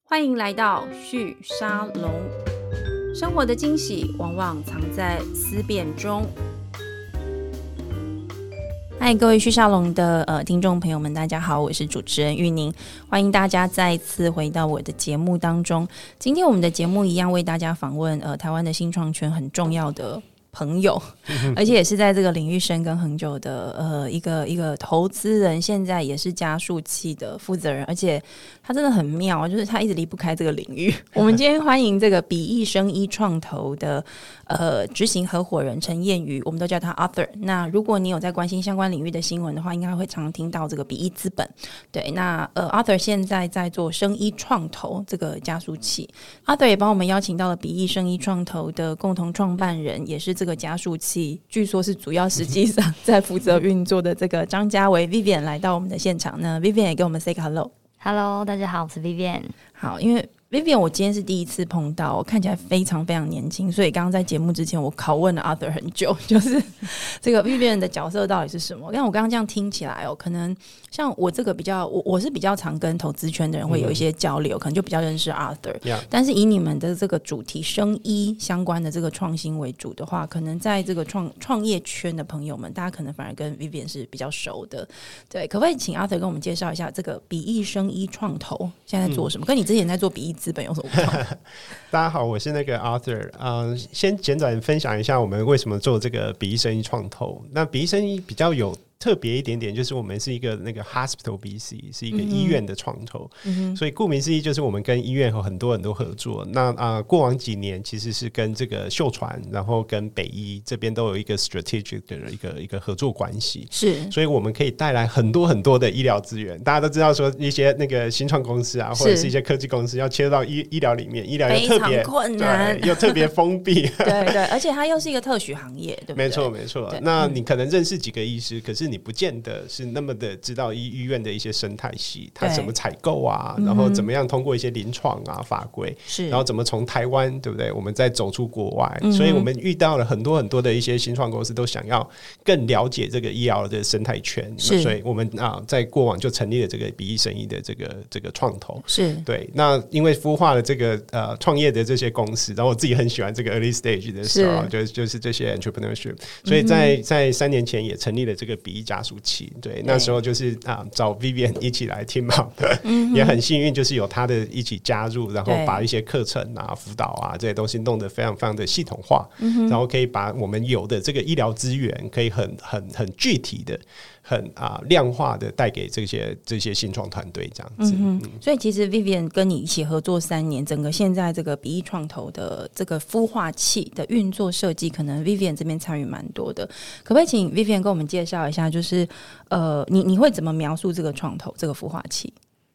欢迎来到旭沙龙。生活的惊喜往往藏在思辨中。嗨，各位旭沙龙的听众朋友们，大家好，我是主持人玉宁，欢迎大家再一次回到我的节目当中。今天我们的节目一样为大家访问台湾的新创圈很重要的朋友，而且也是在这个领域深耕很久的一个投资人，现在也是加速器的负责人，而且他真的很妙，就是他一直离不开这个领域。我们今天欢迎这个比翼生医创投的执行合伙人陈彦瑜，我们都叫他 Arthur。那如果你有在关心相关领域的新闻的话，应该会常听到这个比翼资本。对，那Arthur 现在在做生医创投这个加速器。Arthur 也帮我们邀请到了比翼生医创投的共同创办人，也是这个加速器据说是主要实际上在负责运作的这个张家维 Vivian 来到我们的现场呢。 Vivian 也给我们 say hello。 大家好，我是 Vivian。 好，因为 Vivian 我今天是第一次碰到，我看起来非常非常年轻，所以刚刚在节目之前我拷问了 Arthur 很久，就是这个 Vivian 的角色到底是什么。但我刚刚这样听起来可能像我这个我是比较常跟投资圈的人会有一些交流，可能就比较认识 Arthur。但是以你们的这个主题生医相关的这个创新为主的话，可能在这个创业圈的朋友们，大家可能反而跟 Vivian 是比较熟的。对，可不可以请 Arthur 跟我们介绍一下这个比翼生医创投现在在做什么，跟你之前在做比翼资本有什么不同？ 大家好，我是那个 Arthur。先简短分享一下我们为什么做这个比翼生医创投。那比翼生医比较有特别一点点，就是我们是一个那个 hospital VC， 是一个医院的创投。所以顾名思义就是我们跟医院有很多合作。那过往几年其实是跟这个秀传，然后跟北医这边都有一个 strategic 的一个合作关系。 是， 所以我们可以带来很多很多的医疗资源。大家都知道说一些那个新创公司啊，或者是一些科技公司要切入到医疗里面，医疗又特别困难， 又特别封闭。 对对，而且它又是一个特许行业，对不对？ 没错没错。那你可能认识几个医师，可是你不见得是那么的知道医院的一些生态系，它怎么采购啊，然后怎么样通过一些临床啊法规，然后怎么从台湾，对不对？我们再走出国外。所以我们遇到了很多很多的一些新创公司都想要更了解这个医疗的生态圈，所以我们在过往就成立了这个比翼生医的这个创投。 是，对。 那因为孵化了这个创业的这些公司，然后我自己很喜欢这个 early stage 的时候，就是这些 entrepreneurship， 所以在3年前也成立了这个比翼加速器。对，那时候就是找 Vivian 一起来 team up 的。也很幸运就是有他的一起加入，然后把一些课程啊辅导啊这些东西弄得非常非常的系统化。然后可以把我们有的这个医疗资源可以很具体的很量化的带给这些新创团队这样子。 所以其实 Vivian 跟你一起合作3年，整个现在这个比翼创投的这个孵化器的运作设计，可能 Vivian 这边参与蛮多的。可不可以请 Vivian 跟我们介绍一下，就是你会怎么描述这个创投这个孵化器？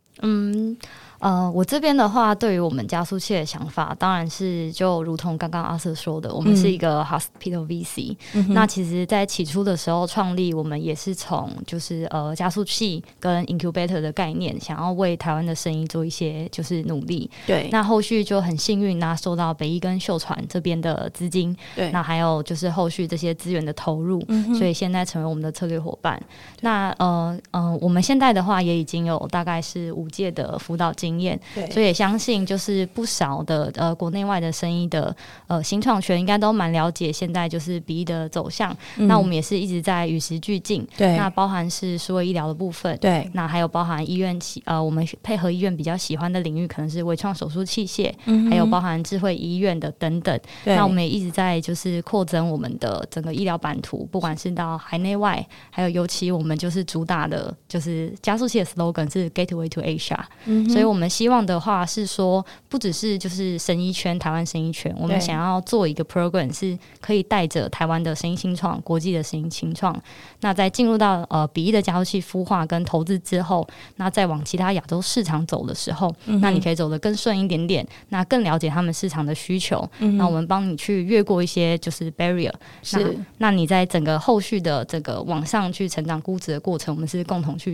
我这边的话，对于我们加速器的想法，当然是就如同刚刚阿瑟说的，我们是一个 hospital VC。那其实在起初的时候创立，我们也是从就是加速器跟 incubator 的概念，想要为台湾的生意做一些就是努力。对，那后续就很幸运收到北医跟秀传这边的资金，对，那还有就是后续这些资源的投入，所以现在成为我们的策略伙伴。那我们现在的话也已经有大概是5届的辅导经验，所以也相信就是不少的国内外的生意的新创圈应该都蛮了解现在就是比翼的走向。那我们也是一直在与时俱进。对，那包含是数位医疗的部分，对，那还有包含医院我们配合医院比较喜欢的领域，可能是微创手术器械，还有包含智慧医院的等等。那我们也一直在就是扩增我们的整个医疗版图，不管是到海内外，还有尤其我们就是主打的就是加速器的 slogan 是 Gateway to Asia。所以我们希望的话是说，不只是就是生医圈台湾生医圈，我们想要做一个 program 是可以带着台湾的生医新创、国际的生医新创，那在进入到比翼的加速器孵化跟投资之后，那再往其他亚洲市场走的时候，那你可以走得更顺一点点，那更了解他们市场的需求，那我们帮你去越过一些就是 barrier。 那你在整个后续的这个往上去成长估值的过程，我们是共同去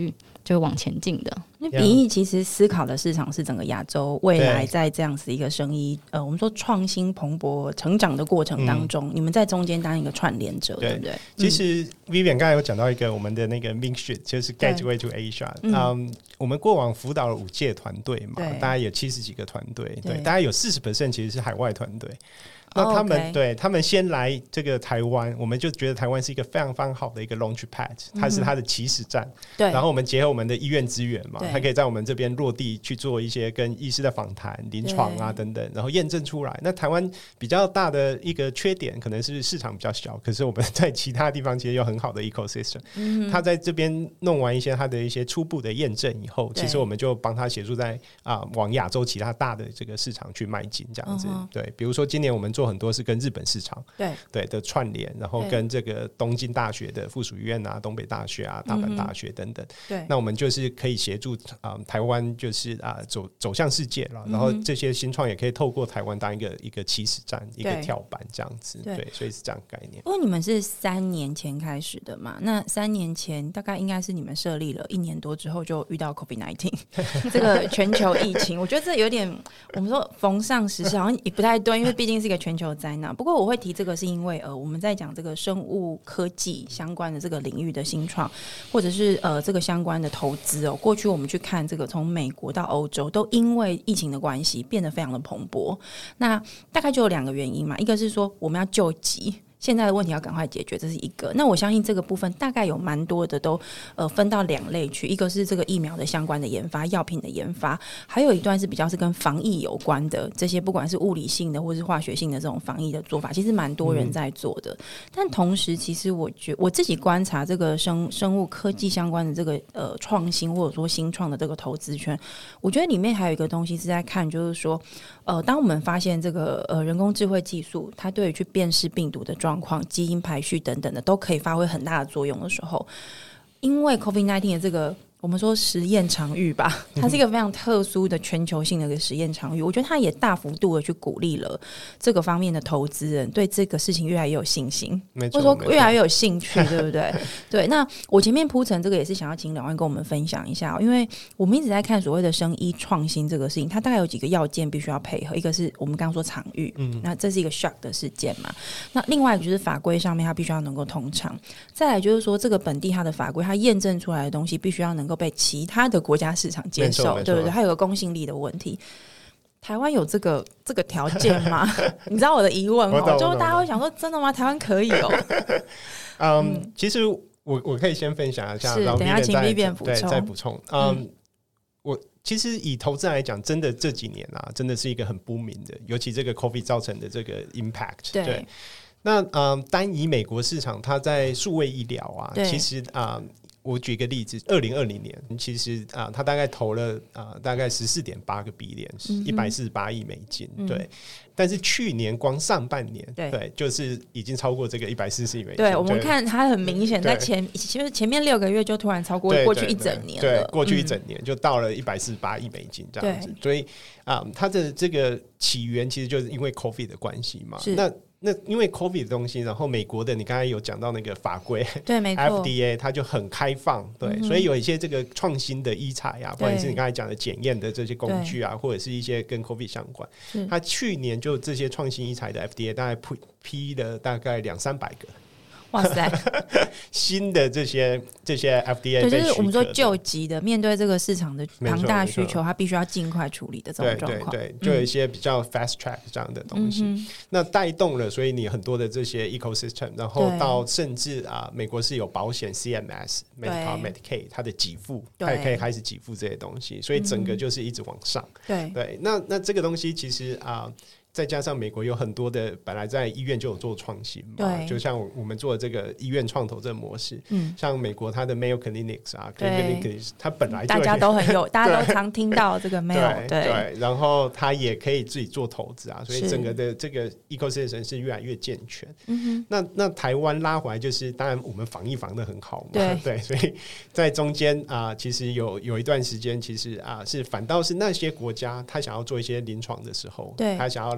就往前进的。 那比翼其实思考的市场是整个亚洲未来在这样子一个生意我们说创新蓬勃成长的过程当中，你们在中间当一个串联者， 对不对？ 其实 Vivian 刚才有讲到一个我们的那个 Ming Street 就是 Gateway to Asia，我们过往辅导了5届团队嘛，大概有70几个团队，对，大概有40% 其实是海外团队。那他们、对他们先来这个台湾，我们就觉得台湾是一个非常非常好的一个 launch pad， 它是它的起始站。对，然后我们结合我们的医院资源嘛，它可以在我们这边落地去做一些跟医师的访谈、临床啊等等，然后验证出来。那台湾比较大的一个缺点可能是市场比较小，可是我们在其他地方其实有很好的 ecosystem。他在这边弄完一些他的一些初步的验证以后，其实我们就帮他协助在往亚洲其他大的这个市场去迈进，这样子。对，比如说今年我们做很多是跟日本市场对的串联，然后跟这个东京大学的附属医院啊、东北大学啊、大阪大学等等。对，那我们就是可以协助台湾就是走向世界了，然后这些新创也可以透过台湾当一个起始站、一个跳板这样子。对，所以是这样概念。 不过你们是3年前开始的嘛？那3年前大概应该是你们设立了1年多之后就遇到 COVID-19 这个全球疫情，我觉得这有点我们说逢上时事好像也不太对，因为毕竟是一个全球灾难。不过我会提这个是因为我们在讲这个生物科技相关的这个领域的新创，或者是这个相关的投资过去我们去看这个从美国到欧洲都因为疫情的关系变得非常的蓬勃。那大概就有2个原因嘛，一个是说我们要救急，现在的问题要赶快解决，这是一个。那我相信这个部分大概有蛮多的都分到2类去，一个是这个疫苗的相关的研发、药品的研发，还有一段是比较是跟防疫有关的，这些不管是物理性的或是化学性的这种防疫的做法，其实蛮多人在做的。但同时其实我觉得我自己观察这个生物科技相关的这个创新或者说新创的这个投资圈，我觉得里面还有一个东西是在看，就是说当我们发现这个人工智慧技术它对于去辨识病毒的状况、基因排序等等的都可以发挥很大的作用的时候，因为 COVID-19 的这个我们说实验场域吧，它是一个非常特殊的全球性的一个实验场域，我觉得它也大幅度的去鼓励了这个方面的投资人对这个事情越来越有信心，或者说越来越有兴趣，对不对？对，那我前面铺陈这个也是想要请2位跟我们分享一下，因为我们一直在看所谓的生医创新这个事情，它大概有几个要件必须要配合，一个是我们刚刚说场域，那这是一个 shock 的事件嘛，那另外一个就是法规上面它必须要能够通畅，再来就是说这个本地它的法规它验证出来的东西必须要能够被其他的国家市场接受，对不对？还有个公信力的问题。台湾有这个条件吗？你知道我的疑问就大家会想说真的吗？台湾可以其实我可以先分享一下，然后等一下请 Vivian 补充， 再补充。我其实以投资来讲，真的这几年真的是一个很不明的，尤其这个 COVID 造成的这个 impact。对，那单以美国市场，它在数位医疗其实我举一个例子，2020年其实他大概投了大概14.8个 billion，148亿美金，对。但是去年光上半年，对，就是已经超过这个140亿美金。 对，我们看它很明显，在前面6个月就突然超过过去一整年了， 对，过去一整年就到了148亿美金这样子。所以它的这个起源其实就是因为 COVID 的关系嘛。那因为 COVID 的东西，然后美国的你刚才有讲到那个法规，对，没错 FDA 它就很开放，对，所以有一些这个创新的医材不管是你刚才讲的检验的这些工具或者是一些跟 COVID 相关，它去年就这些创新医材的 FDA 大概批了大概200-300个。 哇塞！ 新的这些 FDA 对，就是我们说救急的，面对这个市场的庞大需求，它必须要尽快处理的这种状况。 对，就有一些比较 fast track 这样的东西，那带动了，所以你很多的这些 ecosystem， 然后到甚至美国是有保险 CMS、Medicare、Medicaid 它的给付，它也可以开始给付这些东西，所以整个就是一直往上。对，那这个东西其实再加上美国有很多的本来在医院就有做创新嘛，就像我们做的这个医院创投这个模式，像美国它的 Mayo Clinics Clinics 它本来就大家都很有，大家都常听到这个 Mayo， 对，然后它也可以自己做投资所以整个的这个 ecosystem 是越来越健全。那台湾拉回来就是当然我们防疫防得很好嘛，对，所以在中间其实有一段时间其实是反倒是那些国家他想要做一些临床的时候，他想要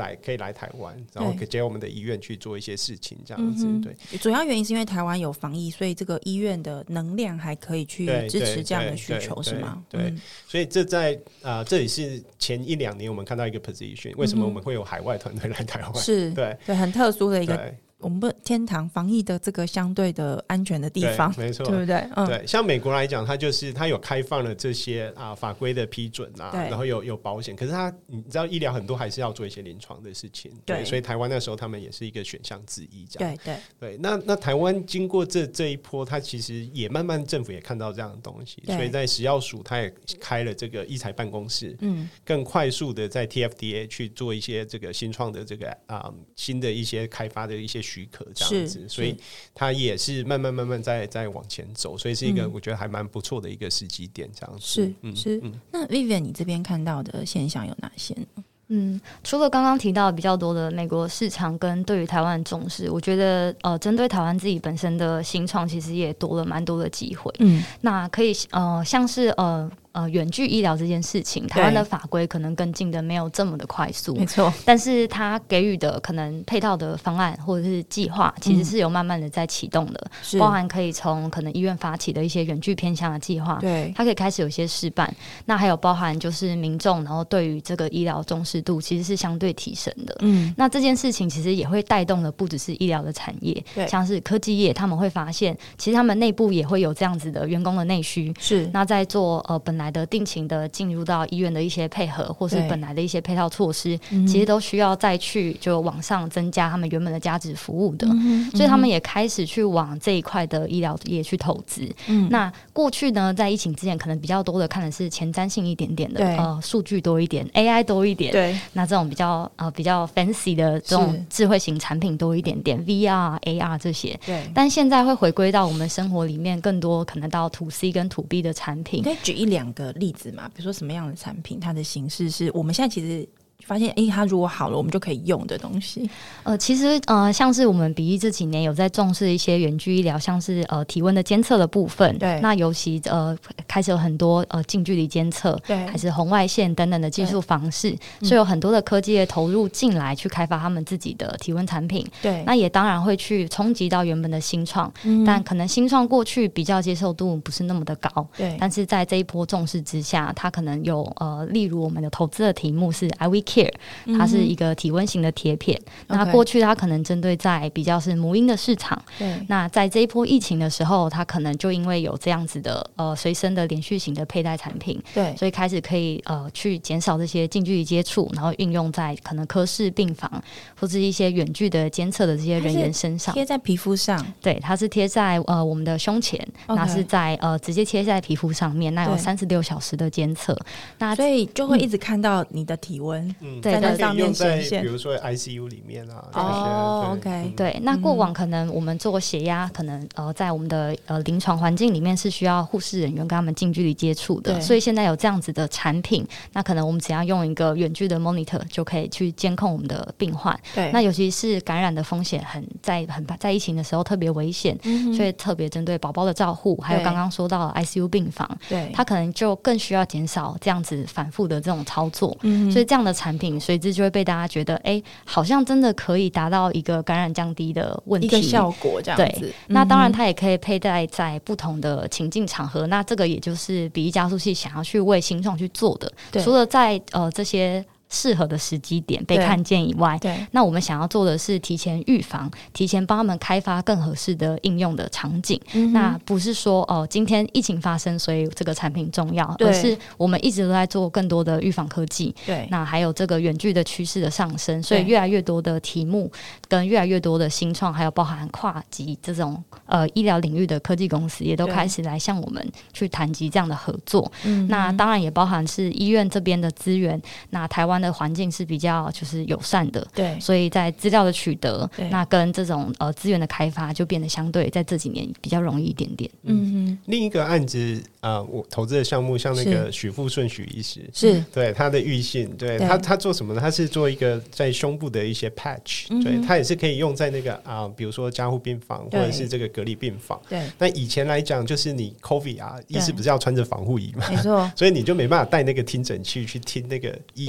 可以来台湾，然后接我们的医院去做一些事情这样子。对， 主要原因是因为台湾有防疫，所以这个医院的能量还可以去支持这样的需求，是吗？ 对，所以这在这里是前1-2年我们看到一个 position， 为什么我们会有海外团队来台湾？ 是，对，很特殊的一个。我们不天堂防疫的这个相对的安全的地方， 没错， 对不对？ 对，像美国来讲，它有开放了这些法规的批准然后有保险，可是你知道医疗很多还是要做一些临床的事情，对，所以台湾那时候他们也是一个选项之一，这样对。那台湾经过这一波，它其实也慢慢政府也看到这样的东西，所以在食药署它也开了这个医材办公室，更快速的在 TFDA 去做一些这个新创的这个新的一些开发的一些许可这样子，所以它也是慢慢在往前走，所以是一个我觉得还蛮不错的一个时机点这样子。 是。那 Vivian 你这边看到的现象有哪些呢？ 除了刚刚提到比较多的美国市场跟对于台湾的重视，我觉得针对台湾自己本身的新创，其实也多了蛮多的机会。那可以像是远距医疗这件事情，台湾的法规可能跟进的没有这么的快速， 没错。 但是它给予的可能配套的方案或者是计划，其实是有慢慢的在启动的，包含可以从可能医院发起的一些远距偏向的计划，对，它可以开始有一些示范。那还有包含就是民众，然后对于这个医疗重视度其实是相对提升的。那这件事情其实也会带动的不只是医疗的产业，像是科技业，他们会发现其实他们内部也会有这样子的员工的内需，是那在做本来的定期的进入到医院的一些配合，或是本来的一些配套措施，其实都需要再去就往上增加他们原本的价值服务的，所以他们也开始去往这一块的医疗业去投资。那过去呢，在疫情之前，可能比较多的看的是前瞻性一点点的，数据多一点 ，AI 多一点，对，那这种比较 fancy 的这种智慧型产品多一点点 ，VR、AR 这些，对。但现在会回归到我们生活里面更多可能到 To C 跟 To B 的产品， 你可以举1-2个例子嘛？比如说什么样的产品，它的形式是我们现在其实发现它如果好了我们就可以用的东西。 其实像是我们比利这几年有在重视一些远距医疗，像是体温的监测的部分，对，那尤其开始有很多近距离监测，对，还是红外线等等的技术方式，所以有很多的科技业投入进来去开发他们自己的体温产品，对，那也当然会去冲击到原本的新创，但可能新创过去比较接受度不是那么的高，对，但是在这一波重视之下，它可能有例如我们的投资的题目是 iWeCare，它是一个体温型的贴片，那过去它可能针对在比较是母婴的市场，对，那在这一波疫情的时候，它可能就因为有这样子的随身的连续型的佩戴产品，对，所以开始可以去减少这些近距离接触，然后运用在可能科室病房或是一些远距的监测的这些人员身上， 贴在皮肤上， 对，它是贴在我们的胸前，那是在直接贴在皮肤上面，那有36小时的监测，那所以就会一直看到你的体温， 在那上面显现， 比如说 ICU 里面啊， OK， 对，那过往可能我们做血压，可能在我们的临床环境里面是需要护士人员跟他们近距离接触的，所以现在有这样子的产品，那可能我们只要用一个远距的 monitor 就可以去监控我们的病患。对，那尤其是感染的风险在疫情的时候特别危险，所以特别针对宝宝的照护，还有刚刚说到的 ICU 病房，对，它可能就更需要减少这样子反复的这种操作，所以这样的产品随之就会被大家觉得好像真的可以达到一个感染降低的问题， 一个效果这样子。 对，那当然它也可以佩戴在不同的情境场合，那这个也就是比例加速器想要去为新创去做的，除了在这些适合的时机点被看见以外，对，那我们想要做的是提前预防，提前帮他们开发更合适的应用的场景。那不是说今天疫情发生所以这个产品重要，而是我们一直都在做更多的预防科技。对，那还有这个远距的趋势的上升，所以越来越多的题目跟越来越多的新创，还有包含跨级这种医疗领域的科技公司也都开始来向我们去谈及这样的合作。那当然也包含是医院这边的资源，那台湾的环境是比较就是友善的，对，所以在资料的取得，那跟这种资源的开发就变得相对在这几年比较容易一点点。 另一个案子我投资的项目像那个许富顺许医师， 是对他的预信，对他做什么呢？他是做一个在胸部的一些 patch，对，他也是可以用在那个比如说加护病房或者是这个隔离病房。对，那以前来讲就是你 COVID 医师不是要穿着防护衣嘛，没错，所以你就没办法带那个听诊器去听那个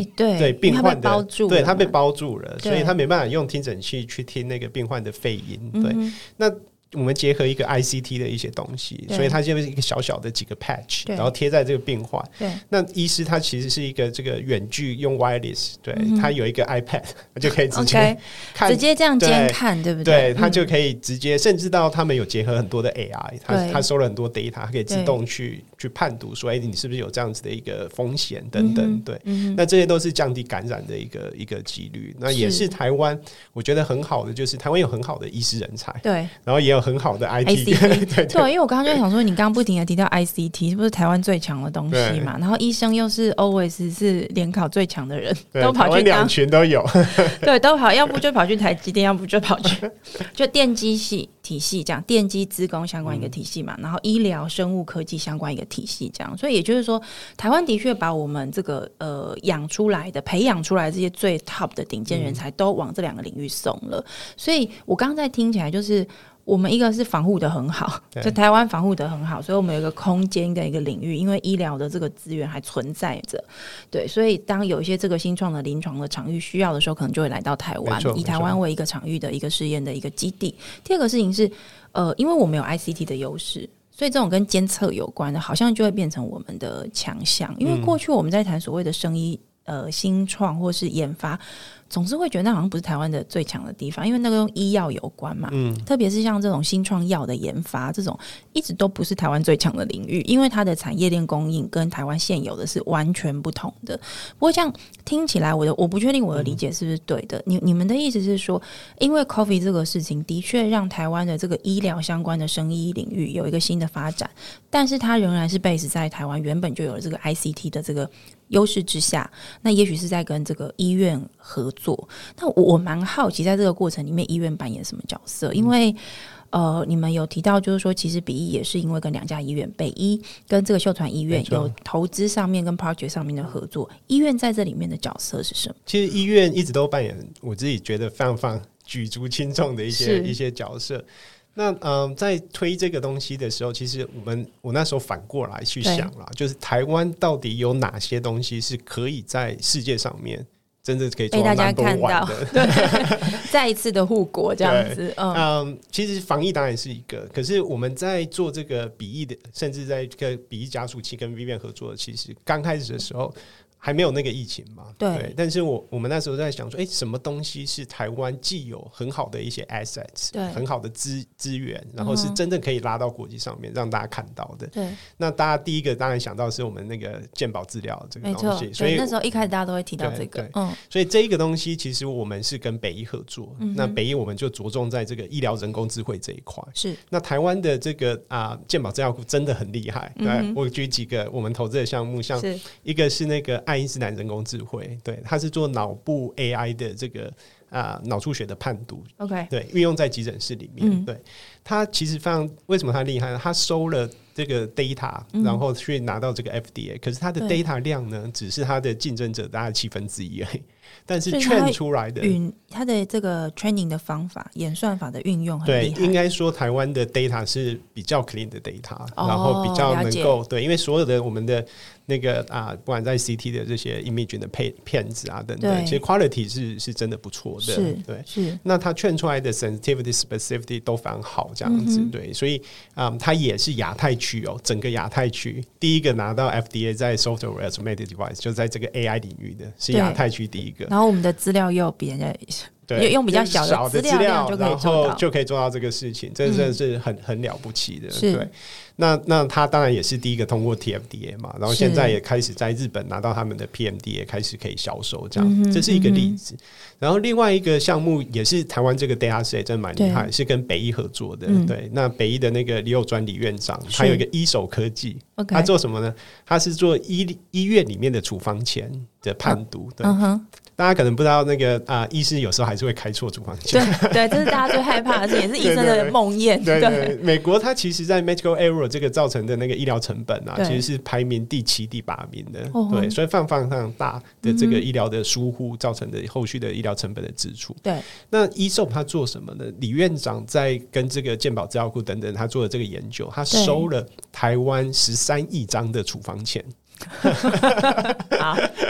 对病患的包住， 对他被包住了，所以他没办法用听诊器去听那个病患的肺音。对，那我们结合一个 ICT 的一些东西，所以它就是一个小小的几个 patch， 然后贴在这个病患。对，那医师他其实是一个这个远距用 wireless， 对，他有一一个 iPad， 就可以直接看， 直接这样监看，对不对？对，他就可以直接，甚至到他们有结合很多的 AI， 他收了很多 data， 他可以自动去判读说，你是不是有这样子的一个风险等等。对，那这些都是降低感染的一个几率。那也是台湾我觉得很好的，就是台湾有很好的医师人才，对，然后也有很好的 ICT， 对，因为我刚刚就想说，你刚刚不停的提到 ICT， 是不是台湾最强的东西嘛？然后医生又是 always 是联考最强的人，都跑去两群都有， 对，都跑，要不就跑去台积电，要不就跑去就电机系体系这样，电机资工相关一个体系嘛，然后医疗生物科技相关一个体系这样，所以也就是说，台湾的确把我们这个养出来的、培养出来的这些最 top 的顶尖人才都往这两个领域送了，所以我刚刚在听起来就是。我们一个是防护的很好，就台湾防护的很好，所以我们有一个空间跟一个领域，因为医疗的这个资源还存在着，对，所以当有一些这个新创的临床的场域需要的时候，可能就会来到台湾，以台湾为一个场域的一个试验的一个基地。第二个事情是，因为我们有 ICT 的优势。所以这种跟监测有关的，好像就会变成我们的强项。因为过去我们在谈所谓的生医新创或是研发，总是会觉得那好像不是台湾的最强的地方，因为那个跟医药有关嘛。特别是像这种新创药的研发，这种一直都不是台湾最强的领域，因为它的产业链供应跟台湾现有的是完全不同的。不过这样听起来，我不确定我的理解是不是对的。你们的意思是说，因为 COVID 这个事情的确让台湾的这个医疗相关的生医领域有一个新的发展，但是它仍然是 base 在台湾原本就有了这个 ICT 的这个优势之下，那也许是在跟这个医院合作。那我蛮好奇，在这个过程里面，医院扮演什么角色？因为你们有提到，就是说，其实比医也是因为跟两家医院，北医跟这个秀传医院有投资上面跟 project 上面的合作。医院在这里面的角色是什么？ 其实医院一直都扮演我自己觉得非常举足轻重的一些角色。那在推这个东西的时候，其实我那时候反过来去想啦，就是台湾到底有哪些东西是可以在世界上面真的可以做到 number one 的， 对，再一次的护国这样子。 其实防疫当然是一个，可是我们在做这个比翼的，甚至在跟比翼加速器跟 Vivian 合作的，其实刚开始的时候。还没有那个疫情嘛， 对，但是我们那时候在想说，什么东西是台湾既有很好的一些 assets， 很好的资源，然后是真正可以拉到国际上面让大家看到的。对，那大家第一个当然想到是我们那个健保资料这个东西，所以那时候一开始大家都会提到这个， 所以这一个东西其实我们是跟北医合作，那北医我们就着重在这个医疗人工智慧这一块。是，那台湾的这个健保资料库真的很厉害。对，我举几个我们投资的项目，像一个是那个爱因斯坦人工智慧，对，它是做脑部 AI 的这个脑出血的判读 ，OK， 对，运用在急诊室里面，对，它其实非常，为什么它厉害呢？它收了这个 data，然后去拿到这个 FDA，可是它的 data 量呢，只是它的竞争者大概1/7而已。但是劝出来的它的这个 training 的方法演算法的运用很厉害， 对，应该说台湾的 data 是比较 clean 的 data，然后比较能够对，因为所有的我们的那个不管在 CT 的这些 image 的片子等等，其实 quality 是真的不错的，对，是。那它劝出来的 sensitivity specificity 都非常好，这样子，对，所以它也是亚太区整个亚太区第一个拿到 FDA 在 software as medical device， 就在这个 AI 领域的是亚太区第一个。 然后我们的资料又比人家用比较小的资料就可以做到， 然后就可以做到这个事情，这真的是很了不起的。对，那他当然也是第一个通过 TFDA 嘛，然后现在也开始在日本拿到他们的 PMDA 开始可以销售，这样，这是一个例子。然后另外一个项目也是台湾这个 data set 真的蛮厉害，是跟北医合作的。对，那北医的那个李友专李院长，他有一个医手科技，他做什么呢？他是做医院里面的处方前的判读。对。大家可能不知道，那个医师有时候还是会开错处方签， 对，这是大家最害怕的事，也是医生的梦魇。 对，美国它其实，在 medical error 这个造成的那个医疗成本其实是排名第7、第8名的。对，所以非常大的这个医疗的疏忽造成的后续的医疗成本的支出。对，那ESOP他做什么呢？李院长在跟这个健保资料库等等，他做的这个研究，他收了台湾13亿张的处方签。 好，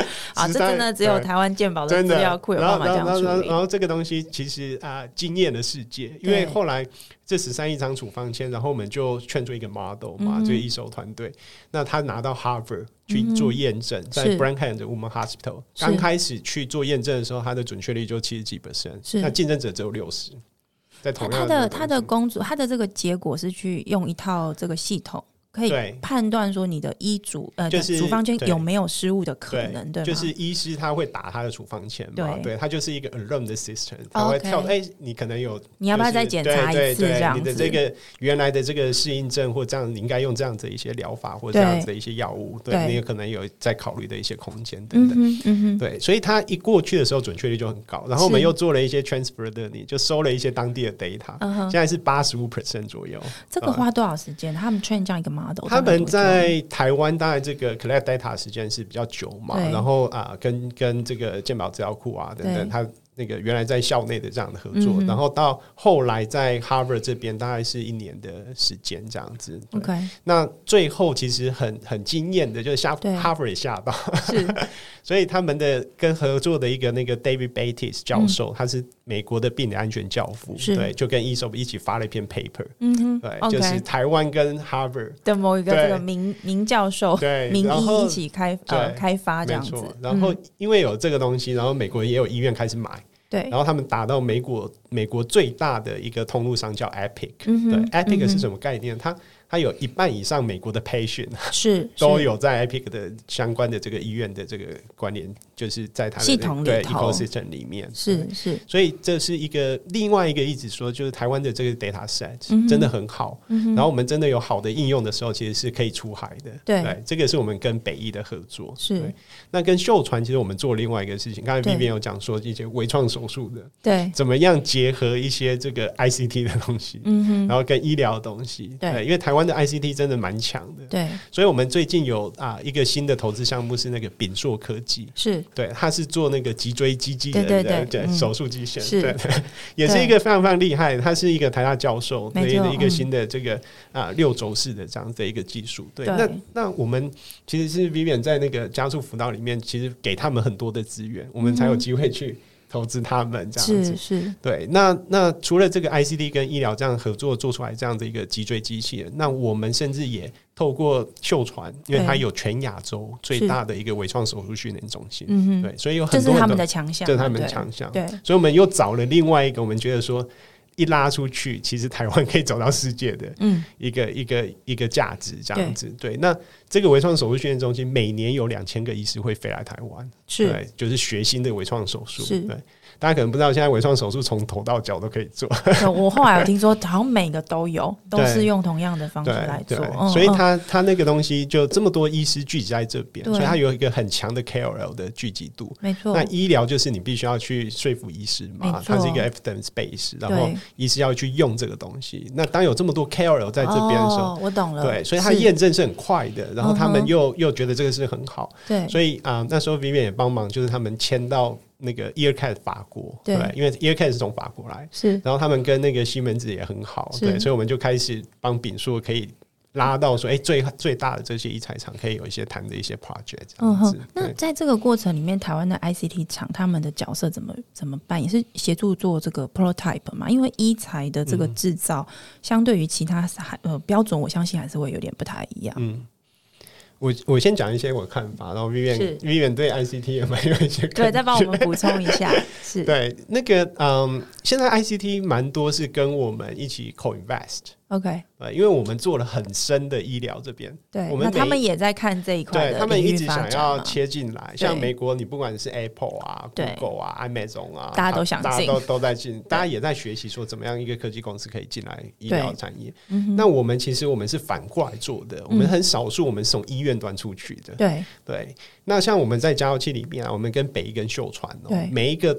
这真的只有台湾健保的资料库有办法这样处理。 然后这个东西其实惊艳了世界，因为后来这13亿张处方签，然后我们就劝出一个 model 嘛，这个一手团队，那他拿到 Harvard 去做验证，在 Brigham 的 Women Hospital 刚开始去做验证的时候，它的准确率就70几%，那竞争者只有60%。在同样的他的工作，他的这个结果是去用一套这个系统，可以判断说你的医嘱就是处方签有没有失误的可能，对吗？ 就是医师他会打他的处方签嘛，对，他就是一个 alarm 的 system， 他会跳，你可能有， 你要不要再检查一次？这样子， 你的这个原来的这个适应症或这样，你应该用这样子的一些疗法或这样子的一些药物，对，你也可能有在考虑的一些空间等等，对，所以他一过去的时候准确率就很高，然后我们又做了一些 transfer learning， 就收了一些当地的 data， 现在是85% 左右。 这个花多少时间？他们 train 这样一个 model， 他们在台湾当然这个 collect data 的时间是比较久嘛，然后跟这个健保资料库等等，他那个原来在校内的这样的合作，然后到后来在 Harvard 这边大概是1年的时间这样子。 OK， 那最后其实很惊艳的，就是Harvard 也吓到，是，所以他们的跟合作的一个那个 David Bates 教授，他是美国的病理安全教父，对，就跟 ESOP 一起发了一篇 paper，对，就是台湾跟 Harvard 的某一个这个名教授，对，名医一起开发这样子。 然后因为有这个东西，然后美国也有医院开始买。对，然后他们打到美国最大的一个通路商叫 Epic，对，Epic 是什么概念？它有1半以上美国的 patient 都有在 Epic 的相关的这个医院的这个关联，就是在它的系统里头 ecosystem 里面， 是， 所以这是另外一个一直说，就是台湾的这个 data set 真的很好，然后我们真的有好的应用的时候，其实是可以出海的。对，这个是我们跟北医的合作。是，那跟秀传其实我们做另外一个事情，刚才 Vivian 有讲说一些微创手术的，对，怎么样结合一些这个 ICT 的东西，然后跟医疗的东西，对，因为台湾的 ICT 真的蛮强的，对，所以我们最近有一个新的投资项目是那个炳硕科技，是，对，它是做那个脊椎机器人的对手术机械，对，也是一个非常非常厉害，它是一个台大教授的一个新的这个6轴式的这样的一个技术，对，那我们其实是 Vivian 在那个加速辅导里面，其实给他们很多的资源，我们才有机会去投资他们这样子，是对。那除了这个 ICT 跟医疗这样合作做出来这样的一个脊椎机器人，那我们甚至也透过秀传，因为它有全亚洲最大的一个微创手术训练中心，对，所以有很多这是他们的强项， 这是他们的强项，对。所以我们又找了另外一个，我们觉得说一拉出去，其实台湾可以走到世界的一个价值这样子，对。那这个微创手术训练中心每年有2000个医师会飞来台湾，对，就是学新的微创手术，对。大家可能不知道，现在微创手术从头到脚都可以做。 我后来有听说，好像每个都有，都是用同样的方式来做。 所以他那个东西就这么多医师聚集在这边，所以他有一个很强的 KOL 的聚集度。没错。那医疗就是你必须要去说服医师嘛，它是一个 evidence base， 然后医师要去用这个东西。那当有这么多 KOL 在这边的时候， 我懂了。 对，所以他验证是很快的，然后他们又觉得这个是很好。对，所以那时候 Vivian 也帮忙，就是他们签到那个 EarCat 法国，对，因为 EarCat 是从法国来，是，然后他们跟那个西门子也很好，对，所以我们就开始帮炳硕可以拉到说，最大的这些医材厂可以有一些谈的一些 project 这样子。 那在这个过程里面，台湾的 ICT 厂他们的角色怎么办？也是协助做这个 prototype 嘛？因为医材的这个制造，相对于其他标准，我相信还是会有点不太一样。 我先讲一些我的看法，然后 Vivian 对 ICT 也蛮有一些看法， 对，再帮我们补充一下。是， 对，那个现在 ICT 蛮多是跟我们一起 co-invest。OK， 因为我们做了很深的医疗这边，对， 那他们也在看这一块的， 对，他们一直想要切进来。像美国，你不管是 Apple 啊、Google 啊、Amazon 啊， 大家都想进， 大家都在进，大家也在学习说怎么样一个科技公司可以进来医疗产业。那我们其实我们是反过来做的，我们很少数我们是从医院端出每一个那像我们在加油器里面我们跟北医跟秀传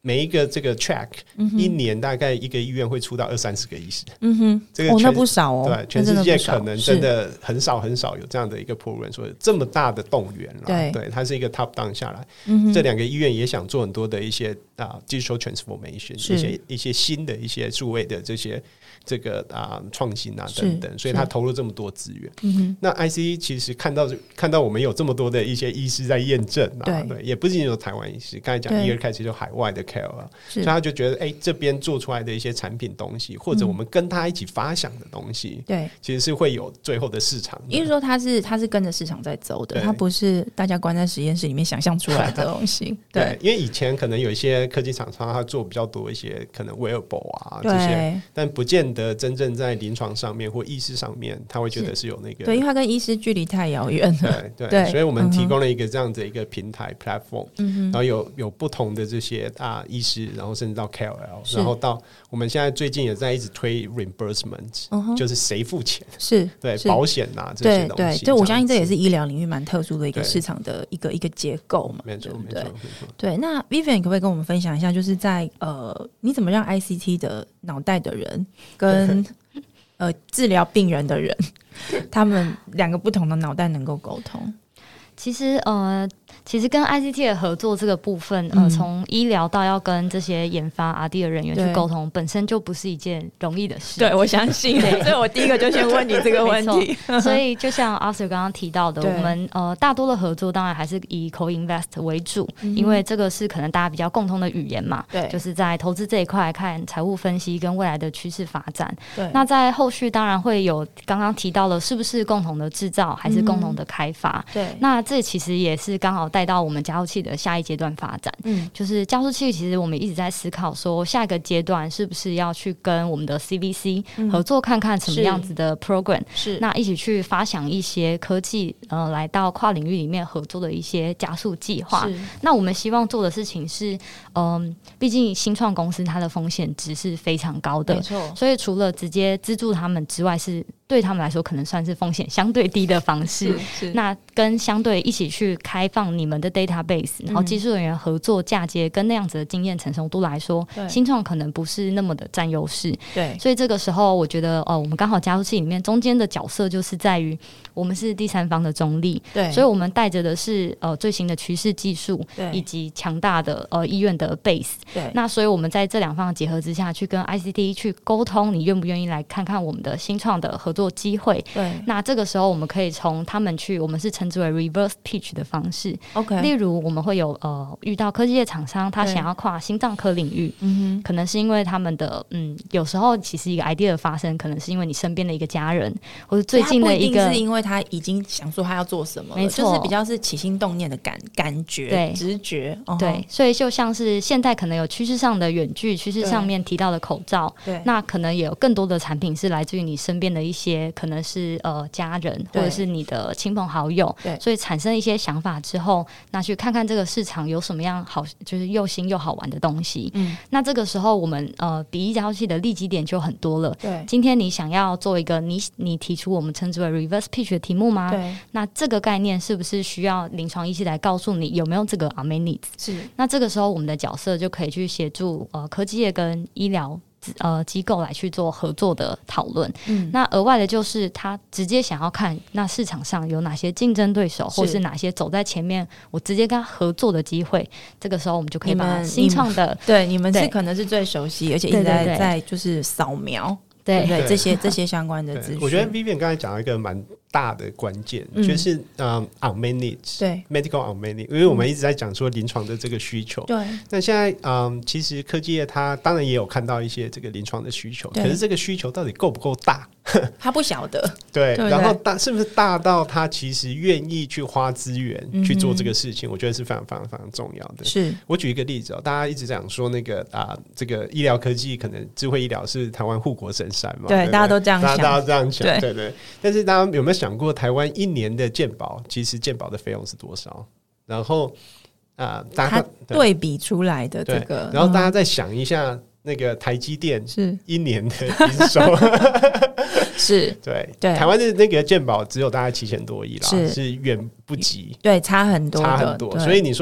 每一个这个 track，一年大概一个医院会出到20-30个医师。这个那不少哦。 对，全世界可能真的很少很少有这样的一个 program， 说这么大的动员了。对，它是一个 top down 下来。这2个医院也想做很多的一些digital transformation， 一些新的一些数位的这个创新等等，所以他投入这么多资源。那 ICT 其实看到我们有这么多的一些医师在验证对，也不仅仅有台湾医师，刚才讲1、2开始就海外的 KOL， 所以他就觉得这边做出来的一些产品东西，或者我们跟他一起发想的东西，对，其实是会有最后的市场的。 因为说他是跟着市场在走的，他不是大家关在实验室里面想象出来的东西。对， 因为以前可能有一些科技厂商他做比较多一些可能 wearable 这些，但不见得真正在临床上面或医师上面他会觉得是有那个， 对，因为他跟医师距离太遥远了。 对，所以我们提供了一个这样的一个平台 platform，然后有不同的这些医师，然后甚至到 KOL， 然后到我们现在最近也在一直推 reimbursement，就是谁付钱， 是对保险这些东西。 对，我相信这也是医疗领域蛮特殊的一个市场的一个结构嘛。 没错。 对，那 Vivian 可不可以跟我们分享一下，就是在你怎么让 ICT 的脑袋的人跟治疗病人的人他们2个不同的脑袋能够沟通？ 其实跟 ICT 的合作这个部分，从医疗到要跟这些研发 R&D 的人员去沟通，本身就不是一件容易的事。 对，我相信。所以我第一个就先问你这个问题。 所以就像 Arthur 刚刚提到的，我们大多的合作当然还是以 co-invest 为主，因为这个是可能大家比较共同的语言嘛。对，就是在投资这一块看财务分析跟未来的趋势发展。对，那在后续当然会有刚刚提到了是不是共同的制造还是共同的开发。对，那这其实也是刚好带到我们加速器的下一阶段发展。就是加速器其实我们一直在思考说下一个阶段是不是要去跟我们的 CVC 合作看看什么样子的 program，那一起去发想一些科技来到跨领域里面合作的一些加速计划。那我们希望做的事情是毕竟新创公司它的风险值是非常高的，没错，所以除了直接资助他们之外，是对他们来说可能算是风险相对低的方式。那跟相对一起去开放你们的 database， 然后技术人员合作嫁接，跟那样子的经验成熟度来说，新创可能不是那么的占优势。对，所以这个时候我觉得我们刚好加速器里面中间的角色就是在于我们是第三方的中立。对，所以我们带着的是最新的趋势技术以及强大的医院的 base。对，那所以我们在这2方的结合之下去跟 ICT 去沟通，你愿不愿意来看看我们的新创的合作机会。对，那这个时候我们可以从他们去，我们是称之为 reverse pitch 的方式。OK， 例如我们会有遇到科技业厂商，他想要跨心脏科领域，可能是因为他们的有时候其实一个 idea 的发生，可能是因为你身边的一个家人，或者最近的一个， 不一定是因为他已经想说他要做什么了，就是比较是起心动念的感觉，对，直觉。 对，所以就像是现在可能有趋势上的远距，趋势上面提到的口罩，对，那可能也有更多的产品是来自于你身边的一些可能是家人或者是你的亲朋好友，对，所以产生一些想法之后，那去看看这个市场有什么样好，就是又新又好玩的东西。那这个时候我们比翼加速器的利基点就很多了。对，今天你想要做一个你提出我们称之为 reverse pitch 的题目吗？对，那这个概念是不是需要临床医师来告诉你有没有这个 unmet needs？ 是，那这个时候我们的角色就可以去协助科技业跟医疗机构来去做合作的讨论。那额外的就是他直接想要看那市场上有哪些竞争对手，或是哪些走在前面我直接跟他合作的机会。这个时候我们就可以把新创的你们是可能是最熟悉而且一直在就是扫描对这些相关的资讯。 我觉得 Vivian 刚才讲到一个蛮大的关键，就是unmet needs， 对 medical unmet needs， 因为我们一直在讲说临床的这个需求。对，那现在其实科技业它当然也有看到一些这个临床的需求，可是这个需求到底够不够大？ 他不晓得。 对，然后是不是大到他其实愿意去花资源去做这个事情？我觉得是非常非常非常重要的。是我举一个例子大家一直讲说那个这个医疗科技可能智慧医疗是台湾护国神山嘛？ 对，大家都这样想， 大家都这样想，对。但是大家有没有想过台湾一年的健保其实健保的费用是多少？然后大家对比出来的这个， 然后大家再想一下那个台积电是一年的营收是对台湾的那个健保只有大概7000多亿啦，是远不及， 对，差很多， 所以你说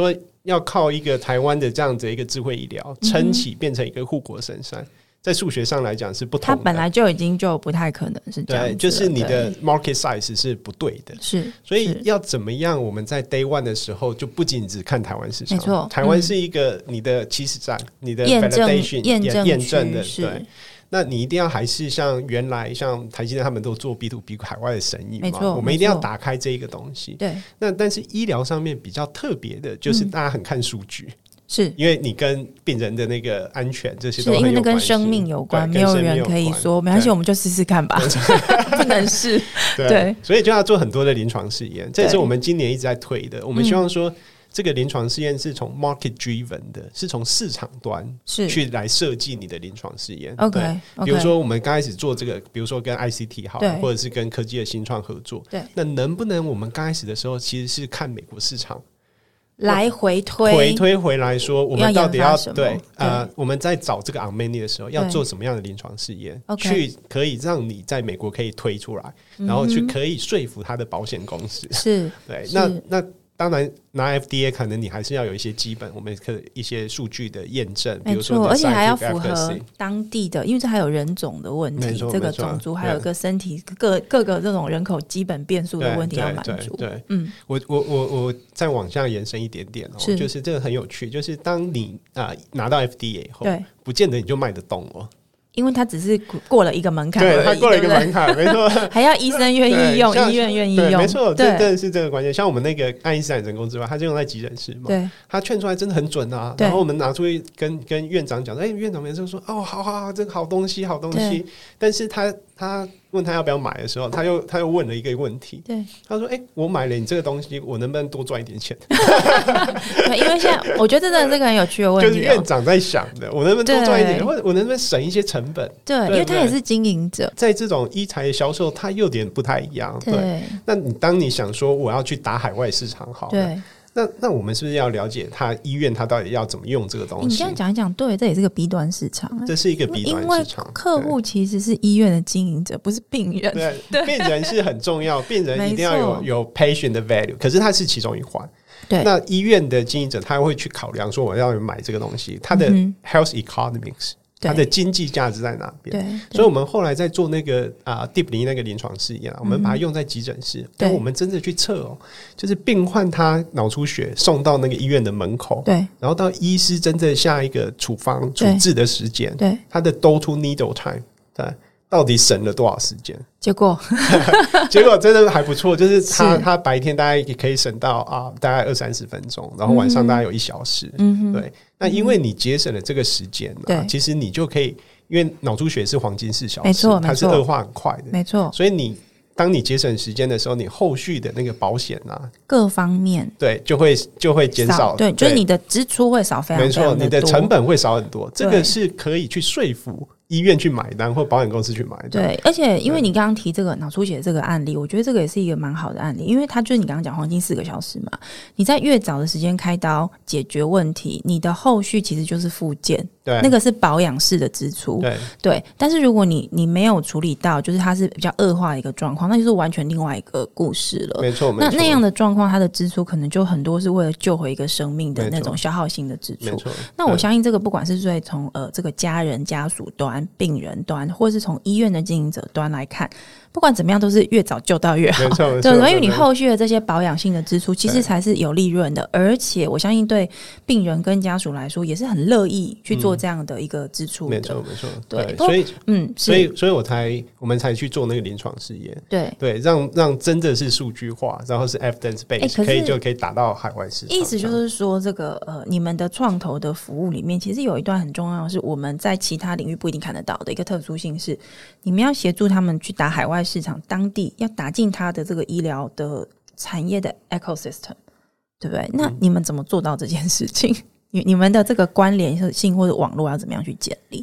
要靠一个台湾的这样子一个智慧医疗撑起变成一个护国神山，在数学上来讲是不同的， 它本来就已经就不太可能是这样子了， 对，就是你的 market size 是不对的， 是， 所以要怎么样我们在 day one 的时候就不仅只看台湾市场， 没错， 台湾是一个你的起始站，你的 validation 验证的， 是， 对，那你一定要还是像原来像台积电他们都做 B2B 海外的生意嘛， 没错， 我们一定要打开这一个东西， 对， 那但是医疗上面比较特别的就是大家很看数据， 是因为你跟病人的那个安全这些都很有关系， 是因为那跟生命有关，没有人可以说没关系，我们就试试看吧，不能试，对， 所以就要做很多的临床试验，这也是我们今年一直在推的。我们希望说，这个临床试验是从 market driven 的，是从市场端去来设计你的临床试验。 OK， 比如说我们刚开始做这个，比如说跟 ICT 好，或者是跟科技的新创合作， 对， 那能不能我们刚开始的时候其实是看美国市场？ 来回推回来说，我们到底要对我们在找这个 unmany 的时候，要做什么样的临床试验，去可以让你在美国可以推出来，然后去可以说服他的保险公司， 是对，那当然拿 FDA 可能你还是要有一些基本我们一些数据的验证，比如说而且还要符合当地的，因为这还有人种的问题，这个种族还有个身体各个这种人口基本变数的问题要满足。 对，我再往下延伸一点点就是这个很有趣，就是当你拿到 FDA 以后，不见得你就卖得动哦。 因为他只是过了一个门槛而已， 对，他过了一个门槛，没错， 还要医生愿意用，医院愿意用， 没错，真的是这个关键。像我们那个爱因斯坦人工智慧，它就用在急诊室嘛， 对， 他劝出来真的很准啊。然后我们拿出去跟院长讲，院长每次说哦，好，这个好东西，好东西。但是他问他要不要买的时候，他又问了一个问题， 对， 他说：“我买了你这个东西，我能不能多赚一点钱？” 对，因为现在我觉得这真的是个很有趣的问题， 就是院长在想的，我能不能多赚一点，或者我能不能省一些成本？ 对，因为他也是经营者， 在这种医材的销售，他有点不太一样。对，那当你想说我要去打海外市场，好了，对。那我们是不是要了解他医院他到底要怎么用这个东西？ 你这样讲一讲，对，这也是个 B 端市场， 这是一个 B 端市场。 因为客户其实是医院的经营者，不是病人。 对，病人是很重要，病人一定要有 patient 的 value， 可是它是其中一环。 对， 那医院的经营者他会去考量说，我要买这个东西，他的 health economics。它的经济价值在哪边？所以我们后来在做那个DEEP-0那个临床试验，我们把它用在急诊室，但我们真的去测就是病患他脑出血送到那个医院的门口， 对， 然后到医师真正下一个处方处置的时间， 对， 他的 door to needle time， 对，到底省了多少时间？ 结果真的还不错，就是他白天大概也可以省到大概20-30分钟，然后晚上大概有1小时，对。那因为你节省了这个时间，其实你就可以，因为脑出血是黄金4小时， 没错， 它是恶化很快的， 没错。 所以当你节省时间的时候，你后续的那个保险各方面对就会减少， 对，就是你的支出会少非常非常的多， 没错，你的成本会少很多，这个是可以去说服医院去买单或保险公司去买单。 对，而且因为你刚刚提这个脑出血这个案例，我觉得这个也是一个蛮好的案例，因为它就是你刚刚讲黄金4个小时嘛，你在越早的时间开刀解决问题，你的后续其实就是复健， 对， 那个是保养式的支出，对。但是如果你没有处理到，就是它是比较恶化的一个状况，那就是完全另外一个故事了。 没错， 那样的状况，它的支出可能就很多是为了救回一个生命的那种消耗性的支出。那我相信这个不管是从这个家人家属端、病人端，或是从医院的经营者端来看，不管怎么样都是越早救到越好。 没错， 对，因为你后续的这些保养性的支出其实才是有利润的，而且我相信对病人跟家属来说也是很乐意去做这样的一个支出的。 没错， 对， 所以我们才去做那个临床试验。对，让真的是数据化，然后是 evidence based，可以打到海外市场。 意思就是说，这个你们的创投的服务里面，其实有一段很重要的是我们在其他领域不一定看得到的一个特殊性是，你们要协助他们去打海外市场，当地要打进他的这个医疗的产业的 ecosystem， 对不对？那你们怎么做到这件事情？你们的这个关联性或者网络要怎么样去建立？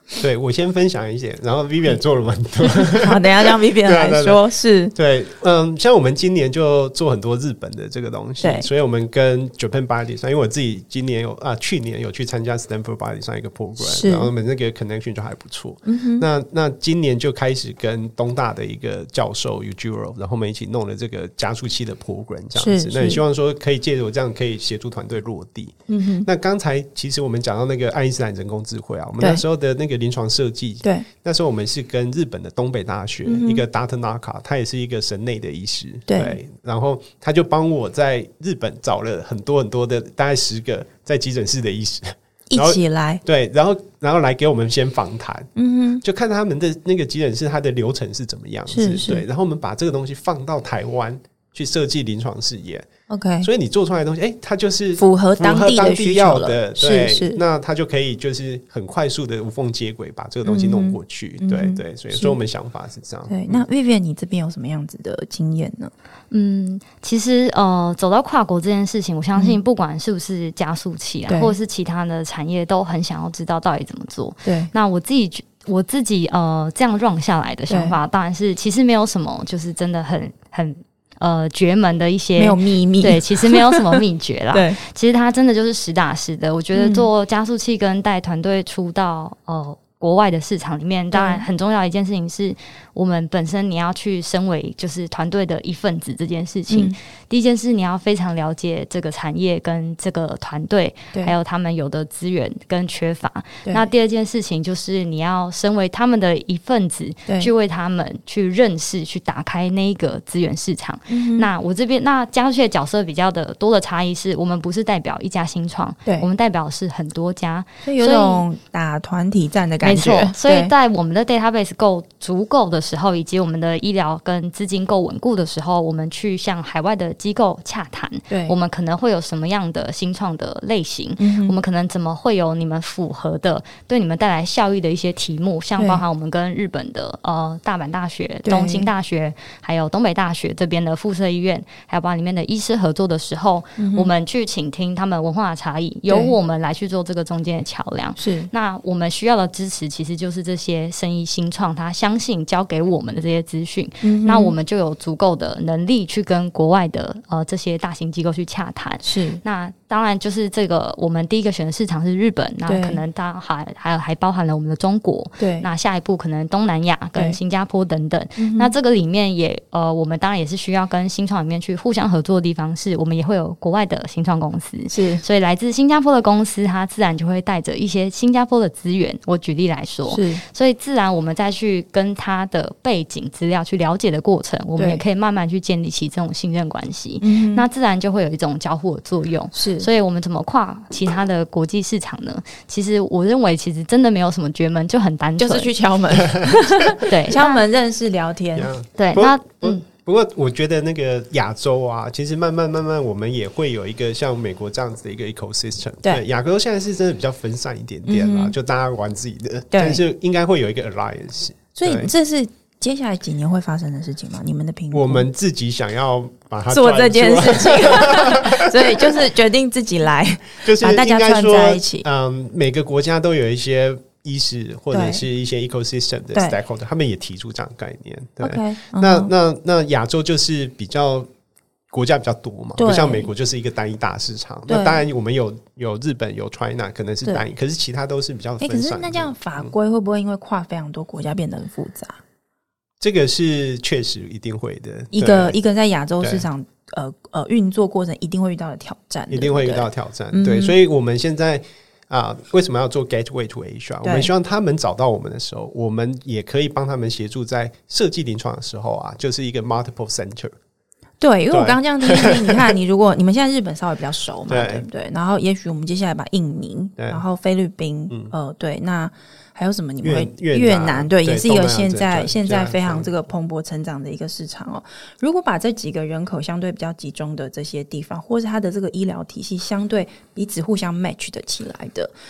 对，我先分享一些，然后 Vivian 做了蛮多。 好，等一下让 Vivian 来说。是， 对，像我们今年就做很多日本的这个东西，所以我们跟 Japan Body 上，因为我自己今年去年有去参加 Stanford Body 上一个 program， 然后我们那个 connection 就还不错。那今年就开始跟东大的一个教授 Yujiro， 然后我们一起弄了这个加速器的 program 这样子。那也希望说可以借着这样可以协助团队落地。那刚才其实我们讲到那个爱因斯坦人工智慧啊，我们那时候的那个临床设计，对，那时候我们是跟日本的东北大学一个 Dr. Naka， 他也是一个神内的医师，对，然后他就帮我在日本找了很多很多的大概10个在急诊室的医师一起来， 对，然后来给我们先访谈，就看他们的那个急诊室它的流程是怎么样子，对，然后我们把这个东西放到台湾去设计临床试验。OK， 所以你做出来的东西，它就是符合当地的需求的，对，是，那它就可以就是很快速的无缝接轨，把这个东西弄过去，对对，所以我们想法是这样。 对，那 Vivian 你这边有什么样子的经验呢？ 其实走到跨国这件事情，我相信不管是不是加速器啊，或者是其他的产业，都很想要知道到底怎么做。对，那我自己这样 run 下来的想法，当然是其实没有什么，就是真的很绝门的一些没有秘密， 对，其实没有什么秘诀啦。 对， 其实它真的就是实打实的。我觉得做加速器跟带团队出到国外的市场里面，当然很重要的一件事情是，我们本身你要去身为就是团队的一份子这件事情。第一件事，你要非常了解这个产业跟这个团队，还有他们有的资源跟缺乏。那第二件事情就是你要身为他们的一份子，去为他们去认识、去打开那一个资源市场。那我这边那加速器的角色比较的多的差异是，我们不是代表一家新创，我们代表是很多家， 所以有种打团体战的感觉。 没错，所以在我们的 database 足够的时候，以及我们的医疗跟资金够稳固的时候，我们去向海外的机构洽谈，我们可能会有什么样的新创的类型，我们可能怎么会有你们符合的对你们带来效益的一些题目，像包含我们跟日本的大阪大学、东京大学还有东北大学这边的附设医院，还有包含里面的医师合作的时候，我们去倾听他们文化的差异，由我们来去做这个中间的桥梁。是，那我们需要的支持其实就是这些生意新创他相信交给我们的这些资讯，那我们就有足够的能力去跟国外的这些大型机构去洽谈。是，那当然就是这个我们第一个选的市场是日本，那可能还包含了我们的中国，对，那下一步可能东南亚跟新加坡等等。那这个里面也我们当然也是需要跟新创里面去互相合作的地方，是我们也会有国外的新创公司，是，所以来自新加坡的公司它自然就会带着一些新加坡的资源。我举例来说，是，所以自然我们再去跟他的背景资料去了解的过程，我们也可以慢慢去建立起这种信任关系，那自然就会有一种交互的作用。是，所以我们怎么跨其他的国际市场呢？其实我认为其实真的没有什么绝门，就很单纯， 就是去敲门对，敲门认识聊天。 对，那不过我觉得那个亚洲啊，其实慢慢我们也会有一个像美国这样子的一个 ecosystem。对，亚洲现在是真的比较分散一点点啦，就大家玩自己的，但是应该会有一个 alliance。 所以这是接下来几年会发生的事情吗？你们的评估？ 我们自己想要把它做这件事情所以就是决定自己来，就是把大家串在一起。 每个国家都有一些医师或者是一些 ecosystem 的 stakeholder， 他们也提出这样的概念。对， okay, 那亚洲就是比较国家比较多嘛，不像美国就是一个单一大市场。那当然我们有日本有 China 可能是单一，可是其他都是比较分散的。 可是那这样法规会不会因为跨非常多国家变得很复杂？ 这个是确实一定会的， 一个在亚洲市场运作过程一定会遇到的挑战， 一定会遇到挑战。对，所以我们现在为什么要做 Gateway to Asia？ 我们希望他们找到我们的时候，我们也可以帮他们协助在设计临床的时候就是一个 multiple center。 对，因为我刚刚这样听，你看，如果你们现在日本稍微比较熟嘛，对不对？然后也许我们接下来把印尼，然后菲律宾，对，那还有什么？你们会越南，对，也是一个现在非常这个蓬勃成长的一个市场哦。如果把这几个人口相对比较集中的这些地方，或是它的这个医疗体系相对彼此互相 match 的起来的，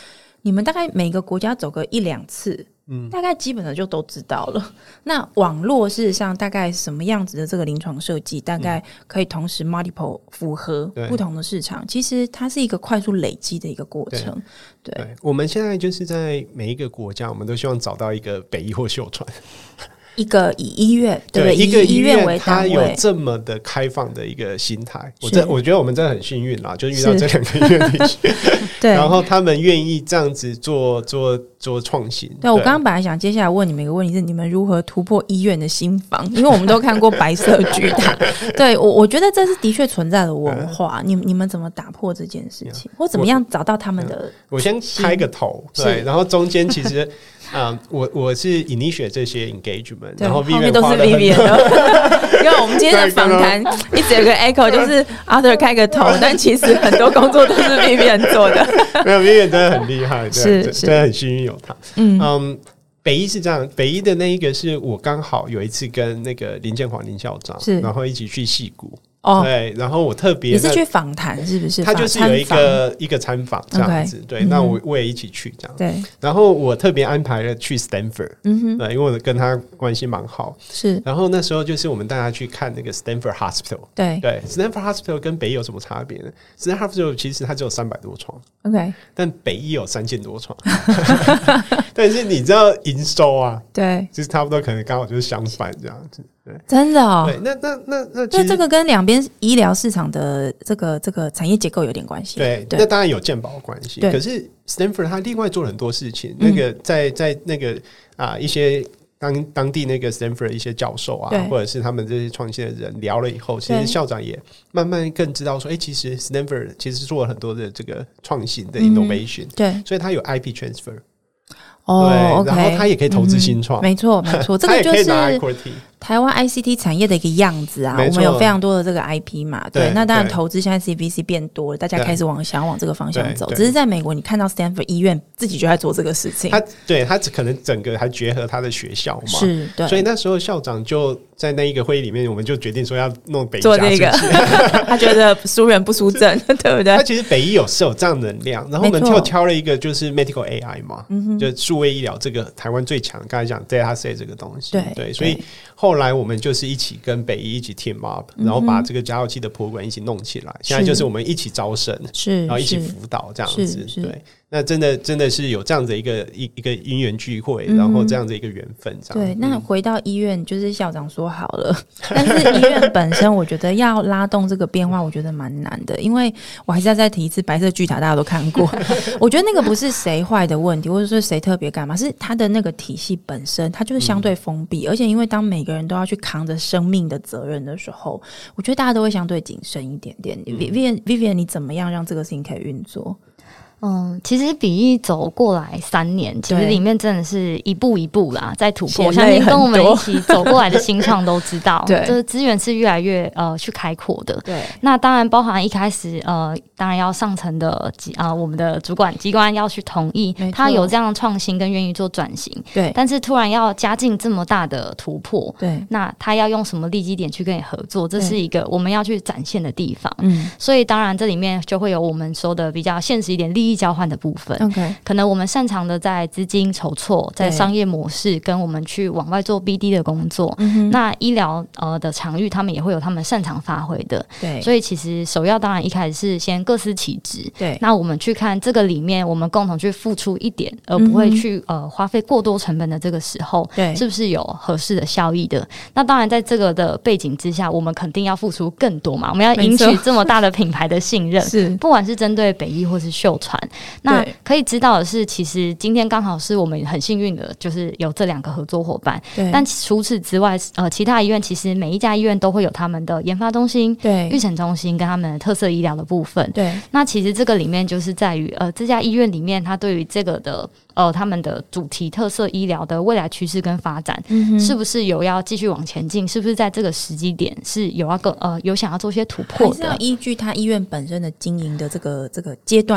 你们大概每个国家走个1-2次，大概基本的就都知道了。那网络事实上大概什么样子的这个临床设计，大概可以同时 multiple 符合不同的市场，其实它是一个快速累积的一个过程。 对， 我们现在就是在每一个国家，我们都希望找到一个北医或秀传， 一个以医院，对不对？ 一个医院为单位， 它有这么的开放的一个心态，我觉得我们真的很幸运啦，就遇到这2个医院地区对，然后他们愿意这样子做创新。 对，我刚刚本来想接下来问你们一个问题是，你们如何突破医院的心防？因为我们都看过白色巨塔对，我觉得这是的确存在的文化，你们怎么打破这件事情，或怎么样找到他们的？ 我先开个头，对，然后中间其实我是 initiate 这些 engagement， 然后 Vivian 都是 Vivian 的因为我们今天的访谈一直有个 echo， 就是 Arthur 开个头，但其实很多工作都是 Vivian 做的没有 Vivian 真的很厉害，真的很幸运有他。北医是这样，北医的那一个是我刚好有一次跟那个林建煌林校长，然后一起去矽谷。对，然后我特别也是去访谈，是不是？ 他就是有一个参访这样子，对，那我也一起去这样。 对， 然后我特别安排了去 Stanford，对，因为我跟他关系蛮好。 是， 然后那时候就是我们大家去看那个 Stanford Hospital， 对 ，Stanford Hospital 跟北医有什么差别呢 ？Stanford Hospital 其实它只有300多床，OK， 但北医有3000多床，但是你知道营收啊， 对， 就是差不多，可能刚好就是相反这样子。对， 真的哦。 对，那这个跟两边医疗市场的这个产业结构有点关系。 对，那当然有健保关系。可是 Stanford 他另外做了很多事情，那个在那个一些当地那个 Stanford 一些教授啊，或者是他们这些创新的人聊了以后，其实校长也慢慢更知道说，其实 Stanford 其实做了很多的这个创新的 innovation，对，所以他有 IP transfer。对，然后他也可以投资新创， 没错没错，这个就是台湾 ICT 产业的一个样子啊。我们有非常多的这个 IP 嘛，对，那当然投资现在 CVC 变多了，大家开始想往这个方向走。只是在美国，你看到 Stanford 医院自己就在做这个事情， 他可能整个还结合他的学校嘛， 是，对。 所以那时候校长就在那一个会议里面，我们就决定说要弄北医做这个，他觉得输人不输阵，对不对？ 他其实北医是有这样的能量，然后我们就挑了一个就是 medical AI 嘛，就数位医疗这个台湾最强，刚才讲 data set 这个东西，对，所以后来我们就是一起跟北医一起 team up， 然后把这个加速器的博物馆一起弄起来。现在就是我们一起招生，然后一起辅导这样子，对。那真的是有这样的一个因缘聚会，然后这样的一个缘分，这样。 对，那回到医院，就是校长说好了，但是医院本身，我觉得要拉动这个变化，我觉得蛮难的，因为我还是要再提一次，白色巨塔大家都看过，我觉得那个不是谁坏的问题，或者说谁特别干嘛，是它的那个体系本身，它就是相对封闭，而且因为当每个人都要去扛着生命的责任的时候，我觉得大家都会相对谨慎一点点。Vivian， 你怎么样让这个事情可以运作？ 其实比翼走过来3年，其实里面真的是一步一步啦，在突破。相信跟我们一起走过来的新创都知道，对，这资源是越来越去开阔的。对，那当然包含一开始当然要上层的我们的主管机关要去同意，他有这样的创新跟愿意做转型。对，但是突然要加进这么大的突破，对，那他要用什么利基点去跟你合作？这是一个我们要去展现的地方。所以当然这里面就会有我们说的比较现实一点利益交换的部分，可能我们擅长的在资金筹措，在商业模式跟我们去往外做 BD 的工作，那医疗的场域他们也会有他们擅长发挥的，对，所以其实首要当然一开始是先各司其职，对，那我们去看这个里面我们共同去付出一点，而不会去花费过多成本的这个时候，对，是不是有合适的效益的？那当然在这个的背景之下，我们肯定要付出更多嘛，我们要赢取这么大的品牌的信任，是，不管是针对北医或是秀传。那可以知道的是，其实今天刚好是我们很幸运的，就是有这2个合作伙伴。但除此之外，其他医院其实每一家医院都会有他们的研发中心、预诊中心跟他们的特色医疗的部分。对，那其实这个里面就是在于这家医院里面，它对于这个的他们的主题特色医疗的未来趋势跟发展，是不是有要继续往前进？是不是在这个时机点是有有想要做些突破的？ 还是要依据他医院本身的经营的这个阶段性目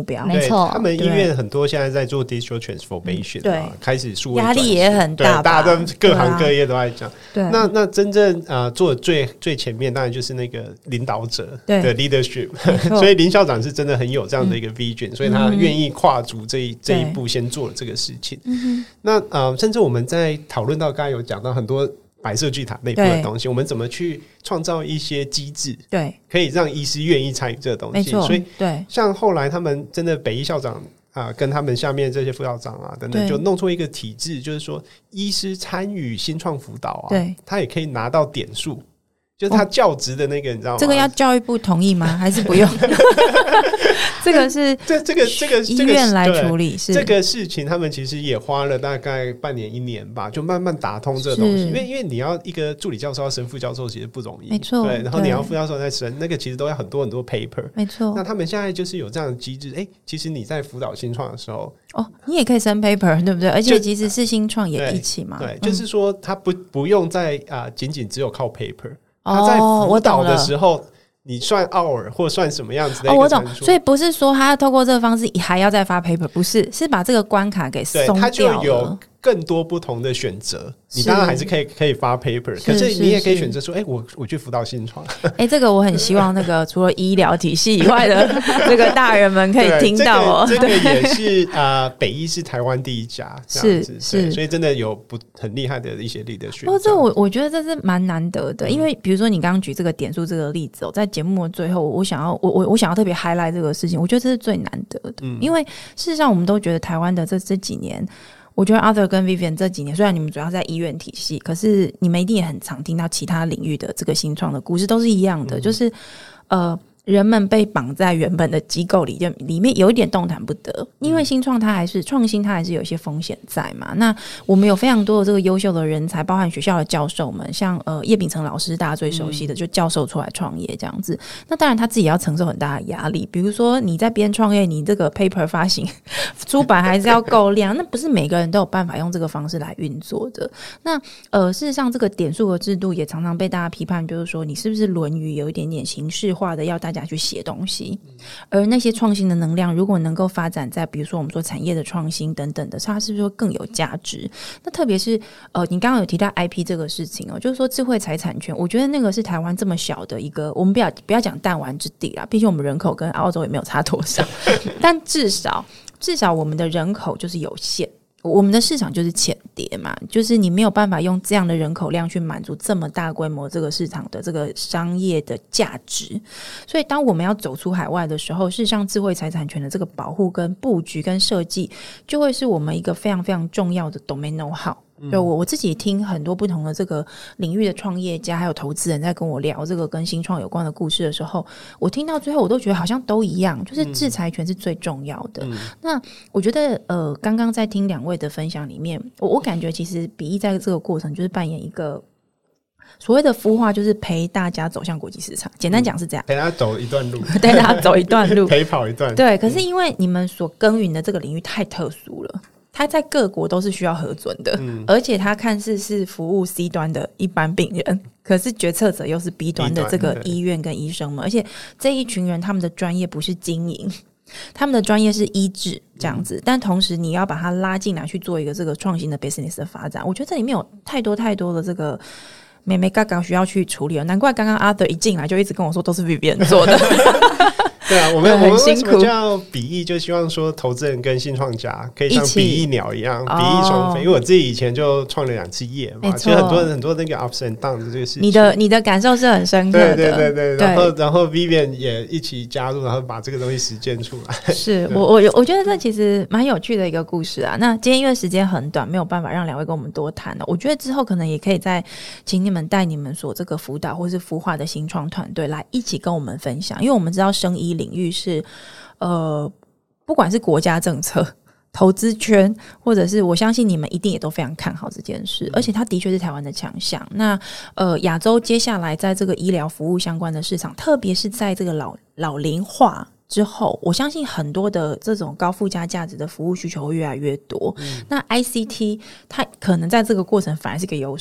标， 没错， 他们医院很多现在在做 digital transformation，对，开始数位压力也很大， 大家都各行各业都在讲。 对， 那真正做的最前面，当然就是那个领导者的 leadership， 所以林校长是真的很有这样的一个 vision，所以他愿意跨足这一步，先做了这个事情。那甚至我们在讨论到刚才有讲到很多白色巨塔内部的东西，我们怎么去创造一些机制，对，可以让医师愿意参与这个东西。所以，对，像后来他们真的北医校长跟他们下面这些副校长等等，就弄出一个体制，就是说医师参与新创辅导对，他也可以拿到点数。就是他教职的那个，你知道吗？ 这个要教育部同意吗？还是不用？这个是这个医院来处理。是这个事情，他们其实也花了大概半年1年吧，就慢慢打通这个东西。因为你要一个助理教授要升副教授，其实不容易， 没错。 对，然后你要副教授再升，那个其实都要很多很多 paper， 没错。 那他们现在就是有这样的机制，其实你在辅导新创的时候， 你也可以升 paper， 对不对？而且其实是新创也一起嘛。 对，就是说他不用再仅仅只有靠 paper。他在辅导的时候，你算 hour 或算什么样子的一个参数？ 我懂，所以不是说他要透过这个方式还要再发 paper， 不是，是把这个关卡给松掉了，他就有更多不同的选择。你当然还是可以发 paper， 可是你也可以选择说，我去辅导新创。 这个我很希望那个除了医疗体系以外的这个大人们可以听到这个也是北医是台湾第一家，是，所以真的有很厉害的一些leadership。 不过这我觉得这是蛮难得的，因为比如说你刚刚举这个点数这个例子在节目的最后，我想要特别 highlight 这个事情，我觉得这是最难得的，因为事实上我们都觉得台湾的这几年。我觉得 Arthur 跟 Vivian 这几年，虽然你们主要在医院体系，可是你们一定也很常听到其他领域的这个新创的故事，都是一样的，就是人们被绑在原本的机构里面有一点动弹不得，因为新创它还是创新，它还是有一些风险在嘛。那我们有非常多的这个优秀的人才，包含学校的教授们，像叶秉成老师大家最熟悉的，就教授出来创业这样子。那当然他自己要承受很大的压力，比如说你在边创业，你这个 paper 发行出版还是要够量，那不是每个人都有办法用这个方式来运作的。那事实上这个点数的制度也常常被大家批判，就是说你是不是论语有一点点形式化的要大家去写东西，而那些创新的能量如果能够发展在比如说我们说产业的创新等等的，它是不是会更有价值？那特别是你刚刚有提到 IP 这个事情就是说智慧财产权，我觉得那个是台湾这么小的一个，我们不要讲弹丸之地啦，毕竟我们人口跟澳洲也没有差多少但至少我们的人口就是有限，我们的市场就是浅碟嘛，就是你没有办法用这样的人口量去满足这么大规模这个市场的这个商业的价值。所以当我们要走出海外的时候，事实上智慧财产权的这个保护跟布局跟设计就会是我们一个非常非常重要的 domain know-how。就我自己听很多不同的这个领域的创业家还有投资人在跟我聊这个跟新创有关的故事的时候，我听到最后我都觉得好像都一样，就是智财权是最重要的。那我觉得刚刚在听两位的分享里面，我感觉其实比翼在这个过程就是扮演一个所谓的孵化，就是陪大家走向国际市场，简单讲是这样， 陪他走一段路带大家走一段路陪跑一段。 对，可是因为你们所耕耘的这个领域太特殊了，它在各国都是需要核准的，而且它看似是服务 C 端的一般病人，可是决策者又是 B 端的这个医院跟医生们，而且这一群人他们的专业不是经营，他们的专业是医治这样子，但同时你要把它拉进来去做一个这个创新的 business 的发展，我觉得这里面有太多的这个妹妹嘎嘎需要去处理了，难怪刚刚 Arthur 一进来就一直跟我说都是 Vivian 做的对啊，我们为什么叫比翼，就希望说投资人跟新创家可以像比翼鸟一样比翼双飞，因为我自己以前就创了2次业嘛，其实很多那个 ups and downs 的这个事情，你的感受是很深刻的，对，然后 Vivian 也一起加入，然后把这个东西实践出来。是我觉得这其实蛮有趣的一个故事啊。那今天因为时间很短，没有办法让两位跟我们多谈了，我觉得之后可能也可以再请你们带你们所这个辅导或是孵化的新创团队来一起跟我们分享，因为我们知道生医领域是不管是国家政策、投资圈，或者是我相信你们一定也都非常看好这件事，而且它的确是台湾的强项。那亚洲接下来在这个医疗服务相关的市场，特别是在这个老龄化之后，我相信很多的这种高附加价值的服务需求会越来越多。那 ICT 它可能在这个过程反而是个优势，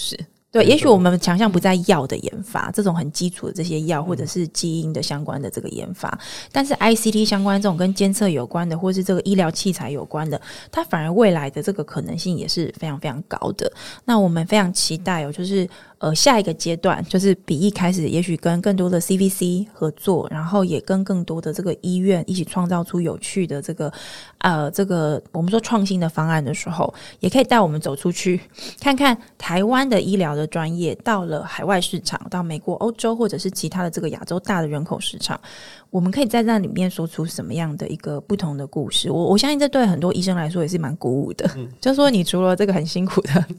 对，也许我们强项不在药的研发，这种很基础的这些药或者是基因的相关的这个研发，但是 ICT 相关这种跟监测有关的或是这个医疗器材有关的，它反而未来的这个可能性也是非常非常高的。那我们非常期待就是下一个阶段就是比翼开始也许跟更多的 CVC 合作，然后也跟更多的这个医院一起创造出有趣的这个我们说创新的方案的时候，也可以带我们走出去看看台湾的医疗的专业到了海外市场，到美国、欧洲或者是其他的这个亚洲大的人口市场，我们可以在那里面说出什么样的一个不同的故事。我相信这对很多医生来说也是蛮鼓舞的，就是说你除了这个很辛苦的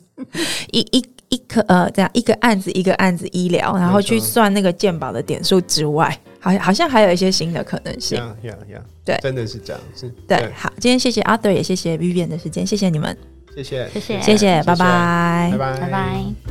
这样一个案子一个案子医疗，然后去算那个健保的点数之外，好像还有一些新的可能性。 对，真的是这样子。 对，好，今天谢谢 Arthur， 也谢谢 Vivian 的时间，谢谢你们， 谢谢， 拜拜， 拜拜。